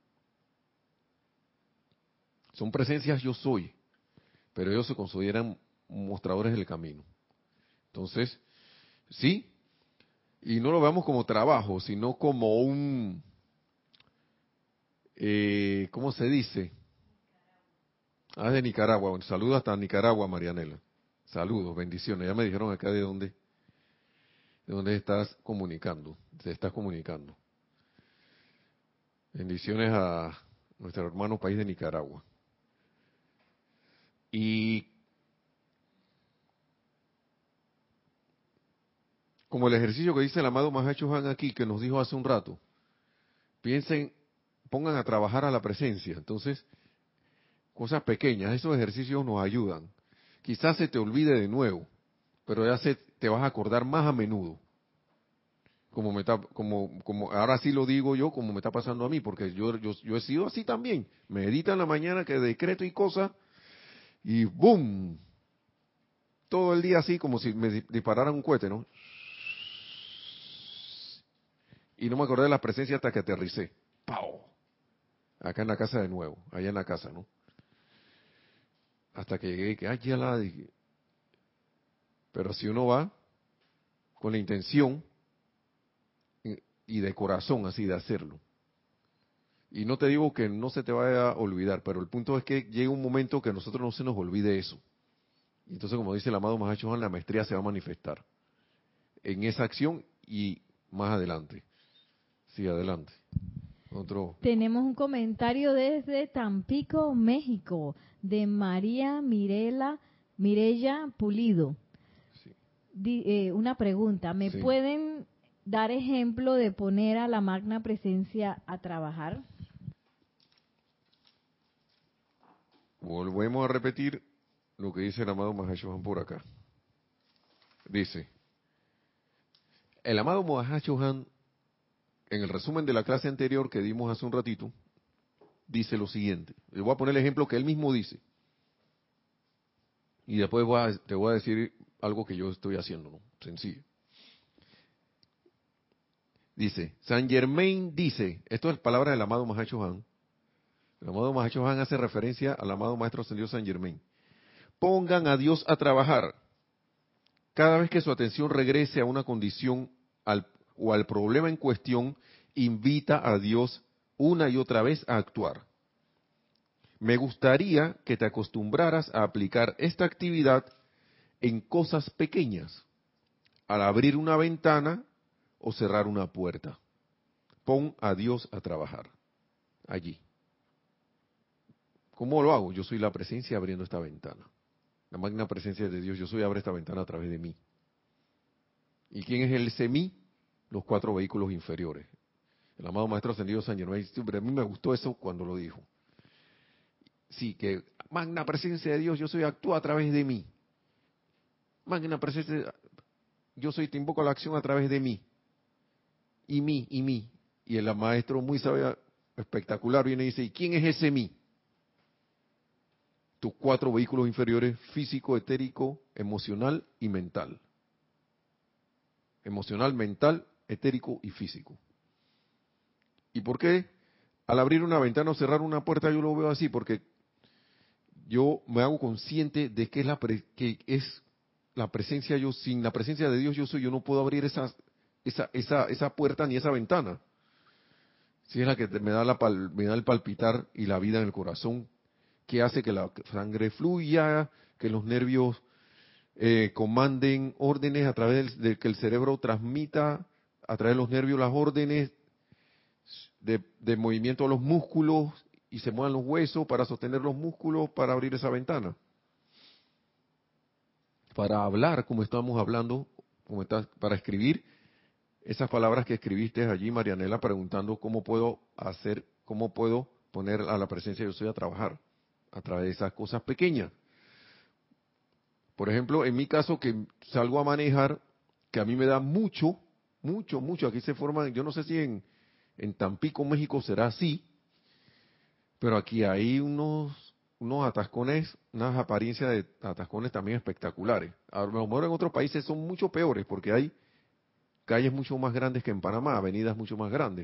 Son presencias yo soy, pero ellos se consideran mostradores del camino. Entonces, sí, y no lo veamos como trabajo, sino como un, eh, ¿cómo se dice? Ah, de Nicaragua. Bueno, saludos hasta Nicaragua, Marianela. Saludos, bendiciones. Ya me dijeron acá de dónde, de dónde estás comunicando, te estás comunicando. Bendiciones a nuestro hermano país de Nicaragua. Y como el ejercicio que dice el amado Mahacho Han aquí, que nos dijo hace un rato, piensen, pongan a trabajar a la presencia. Entonces, cosas pequeñas, esos ejercicios nos ayudan. Quizás se te olvide de nuevo, pero ya se, te vas a acordar más a menudo. Como me está, como, como ahora sí lo digo yo, como me está pasando a mí, porque yo, yo, yo he sido así también. Medita en la mañana que decreto y cosas, y ¡boom! Todo el día así, como si me dispararan un cohete, ¿no? Y no me acordé de la presencia hasta que aterricé. ¡Pau! Acá en la casa de nuevo, allá en la casa, ¿no? Hasta que llegué, que, ay, ya la dije. Pero si uno va con la intención y de corazón así de hacerlo. Y no te digo que no se te vaya a olvidar, pero el punto es que llega un momento que a nosotros no se nos olvide eso. Y entonces, como dice el amado Mahacho Han, la maestría se va a manifestar en esa acción y más adelante. Sí, adelante. Otro. Tenemos un comentario desde Tampico, México, de María Mirela, Mirella Pulido. Sí. Di- eh, una pregunta, ¿me Sí. pueden dar ejemplo de poner a la magna presencia a trabajar? Volvemos a repetir lo que dice el amado Mahacho Han por acá. Dice, el amado Mahacho Han, en el resumen de la clase anterior que dimos hace un ratito, dice lo siguiente. Le voy a poner el ejemplo que él mismo dice. Y después voy a, te voy a decir algo que yo estoy haciendo, ¿no? Sencillo. Dice, San Germain dice, esto es palabra del amado Mahacho Han. El amado Mahacho Han hace referencia al amado Maestro Ascendido San Germain. Pongan a Dios a trabajar. Cada vez que su atención regrese a una condición al, o al problema en cuestión, invita a Dios una y otra vez a actuar. Me gustaría que te acostumbraras a aplicar esta actividad en cosas pequeñas, al abrir una ventana o cerrar una puerta. Pon a Dios a trabajar allí. ¿Cómo lo hago? Yo soy la presencia abriendo esta ventana. La magna presencia de Dios, yo soy abre esta ventana a través de mí. ¿Y quién es el semí? Los cuatro vehículos inferiores. El amado Maestro Ascendido San Germain, siempre a mí me gustó eso cuando lo dijo. Sí, que magna presencia de Dios, yo soy actúa a través de mí. Magna presencia, yo soy te invoco a la acción a través de mí. Y mí, y mí. Y el maestro muy sabio, espectacular, viene y dice, ¿y quién es ese mí? Tus cuatro vehículos inferiores, físico, etérico, emocional y mental. Emocional, mental, etérico y físico. ¿Y por qué? Al abrir una ventana o cerrar una puerta yo lo veo así, porque yo me hago consciente de que es la, pre, que es la presencia, yo sin la presencia de Dios yo soy, yo no puedo abrir esa, esa, esa, esa puerta ni esa ventana. Si es la que me da, la pal, me da el palpitar y la vida en el corazón, que hace que la sangre fluya, que los nervios eh, comanden órdenes a través de que el cerebro transmita a través de los nervios las órdenes de, de movimiento a los músculos y se muevan los huesos para sostener los músculos para abrir esa ventana. Para hablar como estamos hablando, como está, para escribir esas palabras que escribiste allí, Marianela, preguntando cómo puedo hacer, cómo puedo poner a la presencia de yo soy a trabajar a través de esas cosas pequeñas. Por ejemplo, en mi caso que salgo a manejar, que a mí me da mucho, mucho, mucho, aquí se forman, yo no sé si en, en Tampico, México será así, pero aquí hay unos, unos atascones, unas apariencias de atascones también espectaculares. A lo mejor en otros países son mucho peores porque hay calles mucho más grandes que en Panamá, avenidas mucho más grandes.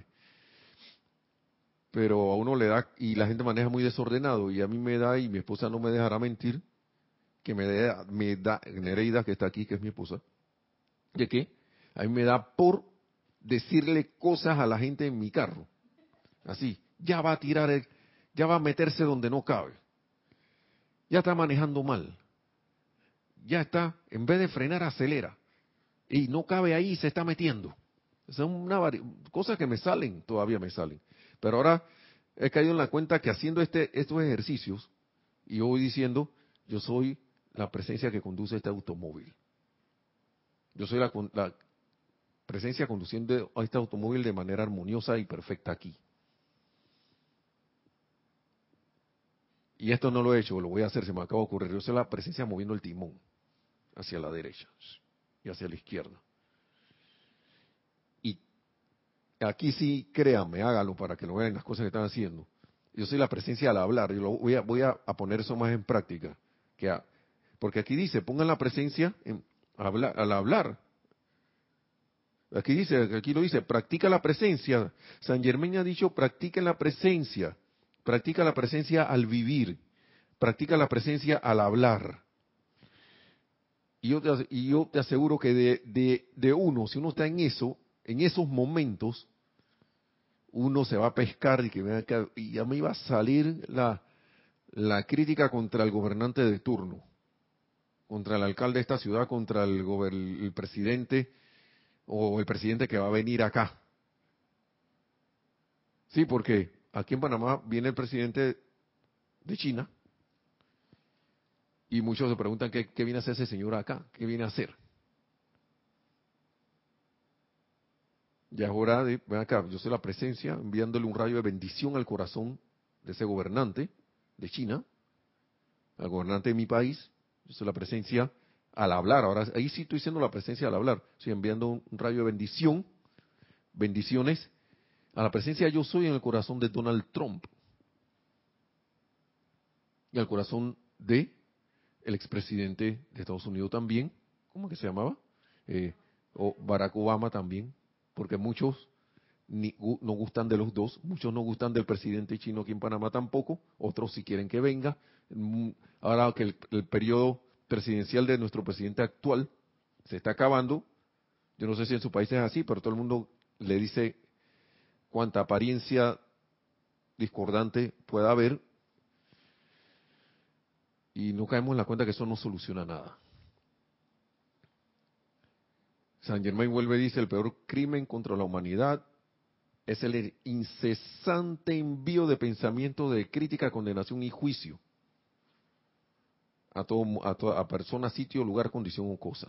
Pero a uno le da, y la gente maneja muy desordenado, y a mí me da, y mi esposa no me dejará mentir, que me da, me da, Nereida, que está aquí, que es mi esposa, de que a mí me da por decirle cosas a la gente en mi carro. Así, ya va a tirar, el, ya va a meterse donde no cabe. Ya está manejando mal. Ya está, en vez de frenar, acelera. Y no cabe ahí, se está metiendo. Son una cosas que me salen, todavía me salen. Pero ahora he caído en la cuenta que haciendo este, estos ejercicios, y yo voy diciendo, yo soy la presencia que conduce este automóvil. Yo soy la, la presencia conduciendo a este automóvil de manera armoniosa y perfecta aquí. Y esto no lo he hecho, lo voy a hacer, se me acaba de ocurrir. Yo soy la presencia moviendo el timón hacia la derecha y hacia la izquierda. Y aquí sí, créanme, hágalo para que lo vean las cosas que están haciendo. Yo soy la presencia al hablar, yo lo voy a, voy a, a poner eso más en práctica. Que a, porque aquí dice, pongan la presencia en, habla, al hablar. Aquí dice, aquí lo dice, practica la presencia. San Germain ha dicho, practica la presencia. Practica la presencia al vivir. Practica la presencia al hablar. Y yo te, y yo te aseguro que de, de, de uno, si uno está en eso, en esos momentos, uno se va a pescar y que vea que y ya me iba a salir la, la crítica contra el gobernante de turno, contra el alcalde de esta ciudad, contra el, gober, el presidente o el presidente que va a venir acá. Sí, porque aquí en Panamá viene el presidente de China y muchos se preguntan qué, qué viene a hacer ese señor acá, qué viene a hacer. Ya es hora de, ven acá, yo soy la presencia enviándole un rayo de bendición al corazón de ese gobernante de China, al gobernante de mi país. Yo soy la presencia al hablar. Ahora, ahí sí estoy siendo la presencia al hablar. Estoy enviando un, un rayo de bendición, bendiciones, a la presencia yo soy en el corazón de Donald Trump. Y al corazón de el expresidente de Estados Unidos también. ¿Cómo que se llamaba? Eh, o Barack Obama también. Porque muchos ni, no gustan de los dos, muchos no gustan del presidente chino aquí en Panamá tampoco, otros si quieren que venga. Ahora que el, el periodo presidencial de nuestro presidente actual se está acabando, yo no sé si en su país es así, pero todo el mundo le dice cuánta apariencia discordante pueda haber y no caemos en la cuenta que eso no soluciona nada. San Germain vuelve y dice, el peor crimen contra la humanidad es el incesante envío de pensamiento de crítica, condenación y juicio a todo, a, toda, a persona, sitio, lugar, condición o cosa.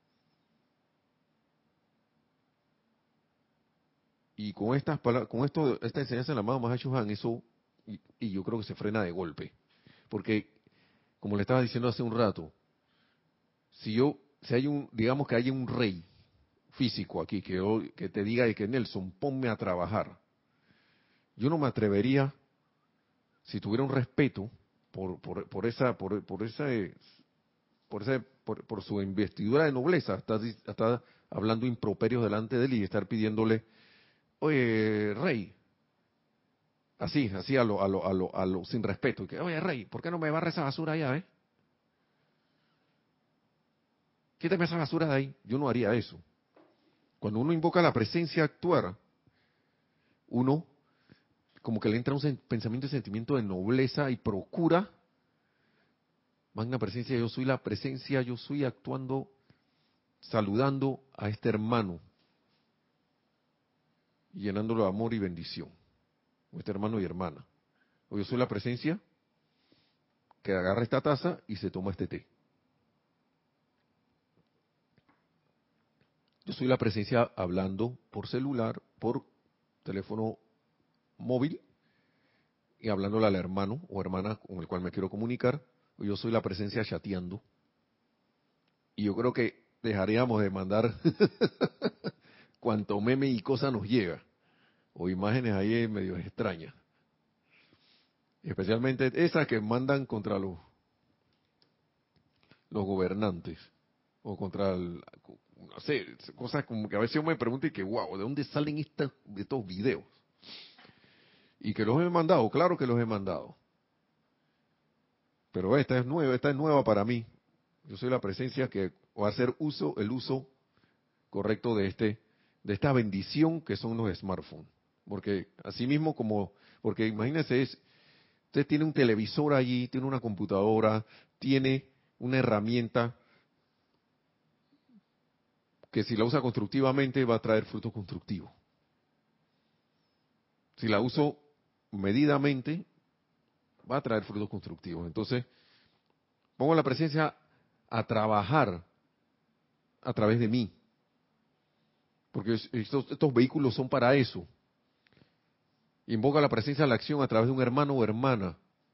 Y con estas palabras, con esto, esta enseñanza del amado Mahacho Han, eso, y, y yo creo que se frena de golpe. Porque, como le estaba diciendo hace un rato, si yo, si hay un, digamos que hay un rey físico aquí que, que te diga que Nelson, ponme a trabajar. Yo no me atrevería, si tuviera un respeto por, por, por esa, por, por ese, por ese, por, por su investidura de nobleza, está, está hablando improperios delante de él y estar pidiéndole, oye, rey, así, así a lo, a lo, a lo, a lo sin respeto, y que, oye, rey, ¿por qué no me barra esa basura allá, eh? Quítame esa basura de ahí. Yo no haría eso. Cuando uno invoca la presencia a actuar, uno como que le entra un pensamiento y sentimiento de nobleza y procura, magna presencia, yo soy la presencia, yo soy actuando, saludando a este hermano, y llenándolo de amor y bendición, o este hermano y hermana. O yo soy la presencia que agarra esta taza y se toma este té. Yo soy la presencia hablando por celular, por teléfono móvil, y hablándole al hermano o hermana con el cual me quiero comunicar. O yo soy la presencia chateando. Y yo creo que dejaríamos de mandar cuanto meme y cosa nos llega, o imágenes ahí medio extrañas. Especialmente esas que mandan contra los, los gobernantes, o contra, el, no sé, cosas como que a veces yo me pregunto y que, wow, ¿de dónde salen estas, estos videos? Y que los he mandado, claro que los he mandado. Pero esta es nueva, esta es nueva para mí. Yo soy la presencia que va a hacer uso, el uso correcto de este, de esta bendición que son los smartphones. Porque así mismo como, porque imagínense, es, usted tiene un televisor allí, tiene una computadora, tiene una herramienta que si la usa constructivamente va a traer frutos constructivos. Si la uso medidamente, va a traer frutos constructivos. Entonces, pongo la presencia a trabajar a través de mí. Porque estos, estos vehículos son para eso. Invoca la presencia de la acción a través de un hermano o hermana.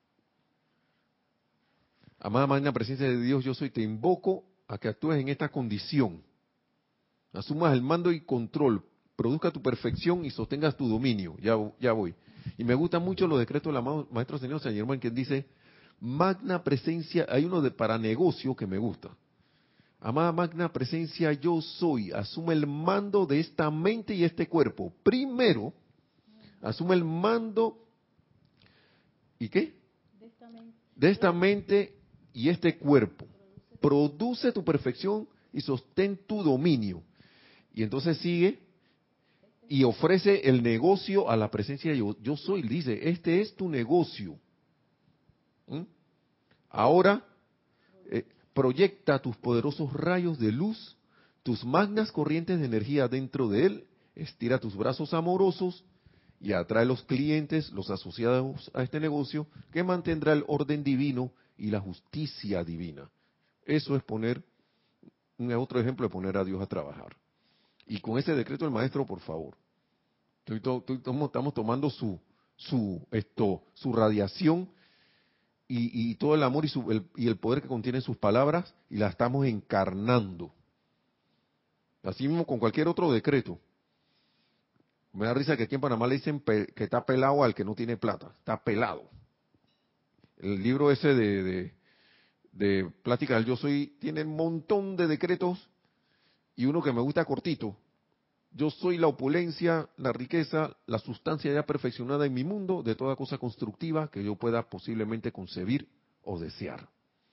Amada magna presencia de Dios, yo soy, te invoco a que actúes en esta condición. Asumas el mando y control, produzca tu perfección y sostengas tu dominio. Ya, ya voy. Y me gustan mucho los decretos del amado Maestro Señor Saint Germain, que dice, magna presencia, hay uno de para negocio que me gusta. Amada magna presencia, yo soy, asume el mando de esta mente y este cuerpo. Primero, asume el mando, ¿y qué? De esta mente. De esta mente y este cuerpo. Produce tu perfección y sostén tu dominio. Y entonces sigue y ofrece el negocio a la presencia de yo, yo soy. Dice, este es tu negocio. ¿Mm? Ahora, eh, proyecta tus poderosos rayos de luz, tus magnas corrientes de energía dentro de él, estira tus brazos amorosos y atrae los clientes, los asociados a este negocio, que mantendrá el orden divino y la justicia divina. Eso es poner, un otro ejemplo de poner a Dios a trabajar. Y con ese decreto del maestro, por favor, estoy to, estoy, estamos tomando su, su, esto, su radiación y, y todo el amor y, su, el, y el poder que contienen sus palabras y la estamos encarnando. Así mismo con cualquier otro decreto. Me da risa que aquí en Panamá le dicen pe, que está pelado al que no tiene plata. Está pelado. El libro ese de, de, de Plática del Yo Soy tiene un montón de decretos y uno que me gusta cortito. Yo soy la opulencia, la riqueza, la sustancia ya perfeccionada en mi mundo de toda cosa constructiva que yo pueda posiblemente concebir o desear.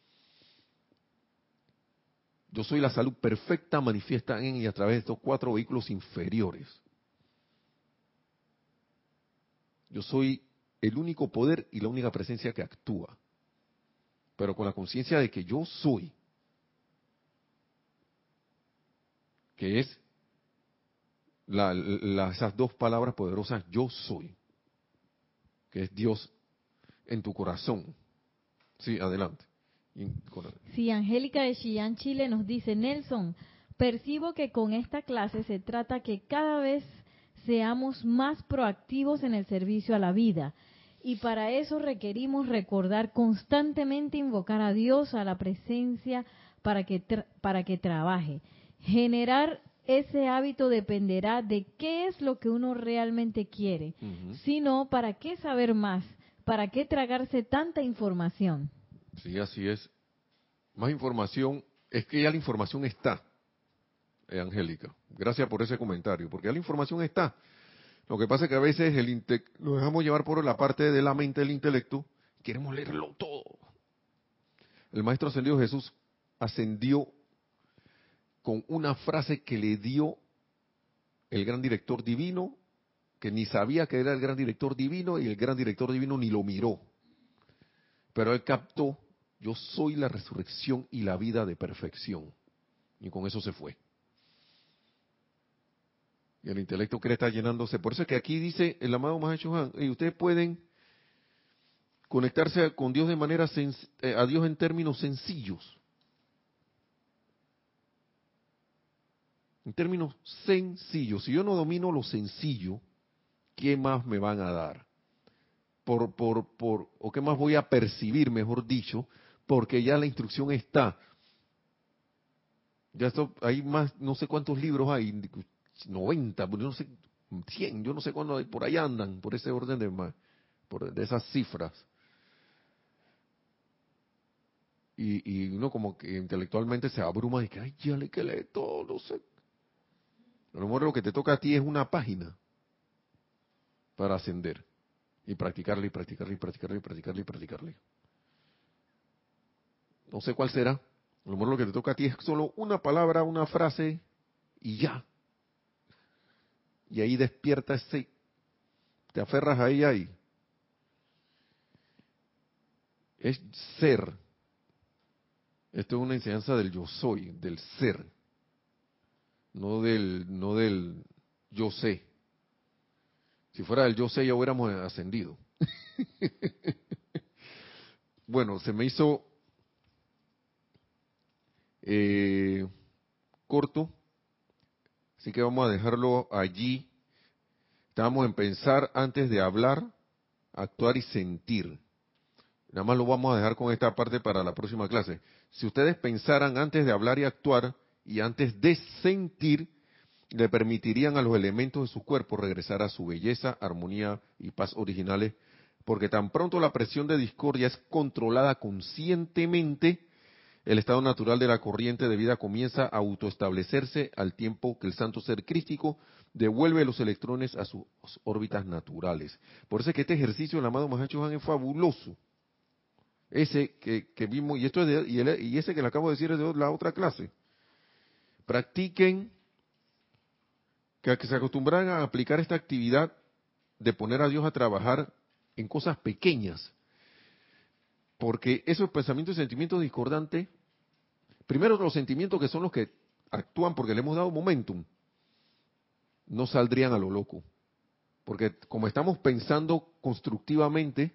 Yo soy la salud perfecta manifiesta en y a través de estos cuatro vehículos inferiores. Yo soy el único poder y la única presencia que actúa. Pero con la conciencia de que yo soy, que es la, la, esas dos palabras poderosas, yo soy, que es Dios en tu corazón. Sí, adelante. Sí, Angélica de Chillán, Chile nos dice, Nelson, percibo que con esta clase se trata que cada vez seamos más proactivos en el servicio a la vida. Y para eso requerimos recordar constantemente invocar a Dios, a la presencia, para que, tra para que trabaje. Generar ese hábito dependerá de qué es lo que uno realmente quiere. Uh-huh. Si no, ¿para qué saber más? ¿Para qué tragarse tanta información? Sí, así es. Más información, es que ya la información está, eh, Angélica. Gracias por ese comentario, porque ya la información está. Lo que pasa es que a veces el inte nos dejamos llevar por la parte de la mente del intelecto, queremos leerlo todo. El Maestro Ascendido Jesús ascendió con una frase que le dio el gran director divino, que ni sabía que era el gran director divino y el gran director divino ni lo miró. Pero él captó, yo soy la resurrección y la vida de perfección. Y con eso se fue. Y el intelecto quiere estar llenándose. Por eso es que aquí dice el amado Mahacho Han, y ustedes pueden conectarse con Dios de manera, eh, a Dios en términos sencillos. En términos sencillos. Si yo no domino lo sencillo, ¿qué más me van a dar? Por, por, por, o qué más voy a percibir, mejor dicho, porque ya la instrucción está. Ya esto, hay más, no sé cuántos libros hay, noventa, yo no sé, cien, yo no sé cuándo, por ahí andan, por ese orden de, ma- por, de esas cifras. Y, y uno como que intelectualmente se abruma y que, ay, ya le que lee todo, no sé. A lo mejor lo que te toca a ti es una página para ascender. Y practicarle, y practicarle, y practicarle, y practicarle, y practicarle. No sé cuál será. A lo mejor lo que te toca a ti es solo una palabra, una frase, y ya. Y ahí despierta ese, te aferras a ella y es ser. Esto es una enseñanza del yo soy, del ser. No del, no del yo sé. Si fuera del yo sé ya hubiéramos ascendido. Bueno, se me hizo eh, corto, así que vamos a dejarlo allí. Estábamos en pensar antes de hablar, actuar y sentir. Nada más lo vamos a dejar con esta parte para la próxima clase. Si ustedes pensaran antes de hablar y actuar y antes de sentir, le permitirían a los elementos de su cuerpo regresar a su belleza, armonía y paz originales, porque tan pronto la presión de discordia es controlada conscientemente, el estado natural de la corriente de vida comienza a autoestablecerse al tiempo que el santo ser crístico devuelve los electrones a sus órbitas naturales. Por eso es que este ejercicio del amado Mahacho Han es fabuloso. Ese que, que vimos, y esto es de, y, el, y ese que le acabo de decir es de la otra clase. Practiquen, que, que se acostumbran a aplicar esta actividad de poner a Dios a trabajar en cosas pequeñas. Porque esos pensamientos y sentimientos discordantes, primero los sentimientos que son los que actúan porque le hemos dado momentum, no saldrían a lo loco. Porque como estamos pensando constructivamente,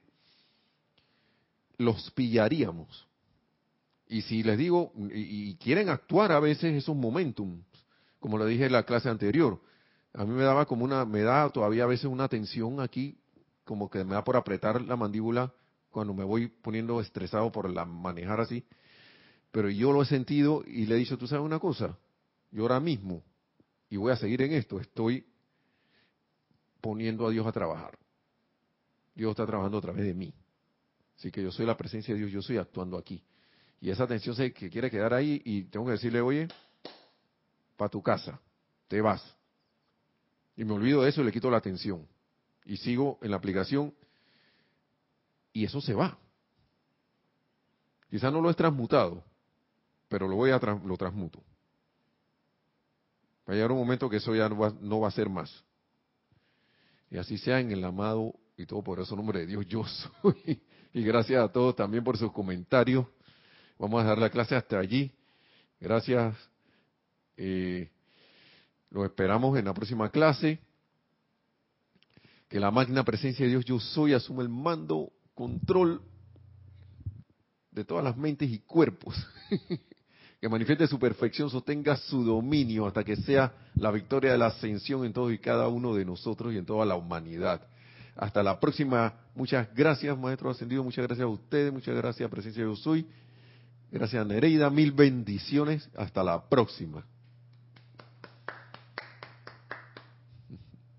los pillaríamos. Y si les digo, y, y quieren actuar a veces esos momentum, como le dije en la clase anterior, a mí me daba como una, me da todavía a veces una tensión aquí, como que me da por apretar la mandíbula cuando me voy poniendo estresado por la manejar así, pero yo lo he sentido y le he dicho, tú sabes una cosa, yo ahora mismo, y voy a seguir en esto, estoy poniendo a Dios a trabajar. Dios está trabajando a través de mí. Así que yo soy la presencia de Dios, yo estoy actuando aquí. Y esa tensión se que quiere quedar ahí y tengo que decirle, oye, para tu casa, te vas. Y me olvido de eso y le quito la atención. Y sigo en la aplicación y eso se va. Quizás no lo he transmutado, pero lo voy a trans, lo transmuto. Va a llegar un momento que eso ya no va, no va a ser más. Y así sea en el amado y todo por eso nombre de Dios yo soy. Y gracias a todos también por sus comentarios. Vamos a dejar la clase hasta allí. Gracias. Eh, los esperamos en la próxima clase. Que la magna presencia de Dios yo soy asuma el mando, control de todas las mentes y cuerpos. Que manifieste su perfección, sostenga su dominio hasta que sea la victoria de la ascensión en todos y cada uno de nosotros y en toda la humanidad. Hasta la próxima. Muchas gracias, Maestro Ascendido. Muchas gracias a ustedes. Muchas gracias, presencia de Yo Soy. Gracias, Nereida. Mil bendiciones. Hasta la próxima.